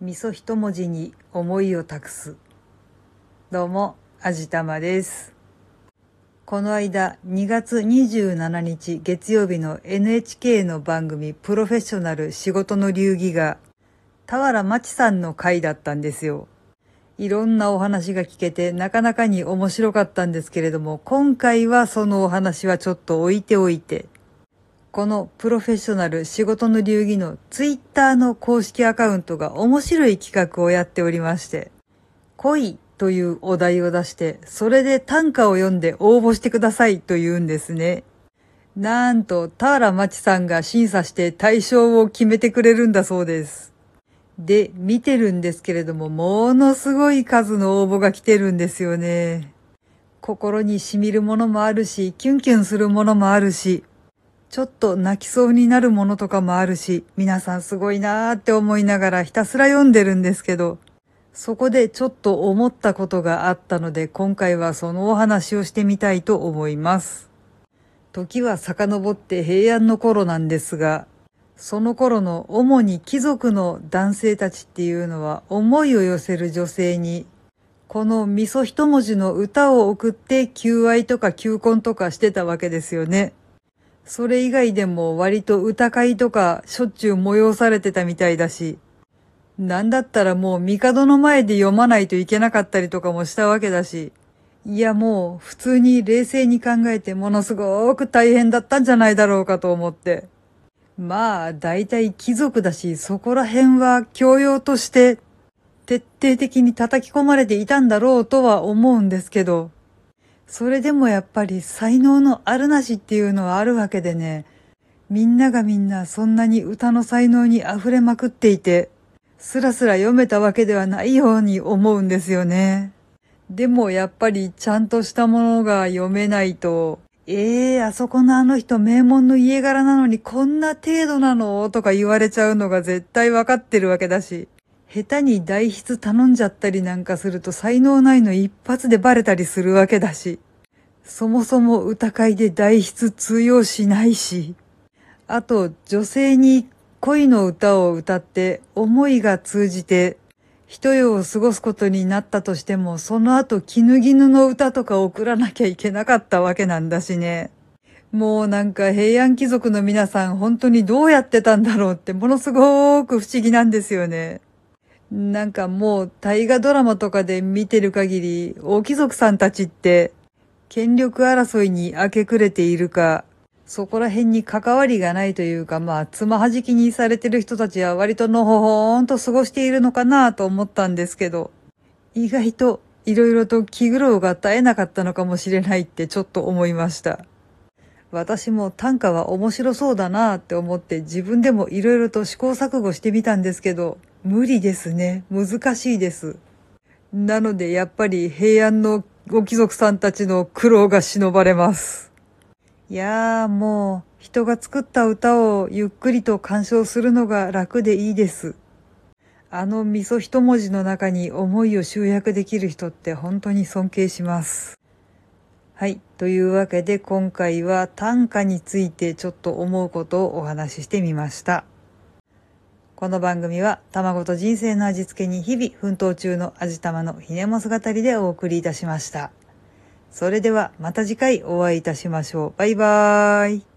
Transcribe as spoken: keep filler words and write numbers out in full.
味噌一文字に思いを託す。どうも、あじたまです。この間、にがつにじゅうしちにち月曜日の エヌエイチケー の番組プロフェッショナル仕事の流儀が、俵万智さんの回だったんですよ。いろんなお話が聞けてなかなかに面白かったんですけれども、今回はそのお話はちょっと置いておいて、このプロフェッショナル仕事の流儀のツイッターの公式アカウントが面白い企画をやっておりまして、恋というお題を出して、それで短歌を読んで応募してくださいと言うんですね。なんと、俵万智さんが審査して対象を決めてくれるんだそうです。で、見てるんですけれども、ものすごい数の応募が来てるんですよね。心に染みるものもあるし、キュンキュンするものもあるし、ちょっと泣きそうになるものとかもあるし、皆さんすごいなーって思いながらひたすら読んでるんですけど、そこでちょっと思ったことがあったので、今回はそのお話をしてみたいと思います。時は遡って平安の頃なんですが、その頃の主に貴族の男性たちっていうのは思いを寄せる女性に、この味噌一文字の歌を送って求愛とか求婚とかしてたわけですよね。それ以外でも割と歌会とかしょっちゅう催されてたみたいだし、なんだったらもう帝の前で読まないといけなかったりとかもしたわけだし、いやもう普通に冷静に考えてものすごく大変だったんじゃないだろうかと思って。まあ大体貴族だし、そこら辺は教養として徹底的に叩き込まれていたんだろうとは思うんですけど、それでもやっぱり才能のあるなしっていうのはあるわけでね、みんながみんなそんなに歌の才能に溢れまくっていて、スラスラ読めたわけではないように思うんですよね。でもやっぱりちゃんとしたものが読めないと、えー、あそこのあの人名門の家柄なのにこんな程度なのとか言われちゃうのが絶対わかってるわけだし、下手に代筆頼んじゃったりなんかすると才能ないの一発でバレたりするわけだし、そもそも歌会で代筆通用しないし、あと女性に恋の歌を歌って思いが通じて一夜を過ごすことになったとしても、その後絹絹の歌とか送らなきゃいけなかったわけなんだしね。もうなんか平安貴族の皆さん本当にどうやってたんだろうってものすごく不思議なんですよね。なんかもう大河ドラマとかで見てる限り、大貴族さんたちって権力争いに明け暮れているか、そこら辺に関わりがないというか、まあ、つまはじきにされてる人たちは割とのほほーんと過ごしているのかなと思ったんですけど、意外といろいろと気苦労が絶えなかったのかもしれないってちょっと思いました。私も短歌は面白そうだなって思って自分でもいろいろと試行錯誤してみたんですけど、無理ですね。難しいです。なのでやっぱり平安のご貴族さんたちの苦労が忍ばれます。いやーもう人が作った歌をゆっくりと鑑賞するのが楽でいいです。あの味噌一文字の中に思いを集約できる人って本当に尊敬します。はい。というわけで今回は短歌についてちょっと思うことをお話ししてみました。この番組は卵と人生の味付けに日々奮闘中の味玉のひねもす語りでお送りいたしました。それではまた次回お会いいたしましょう。バイバーイ。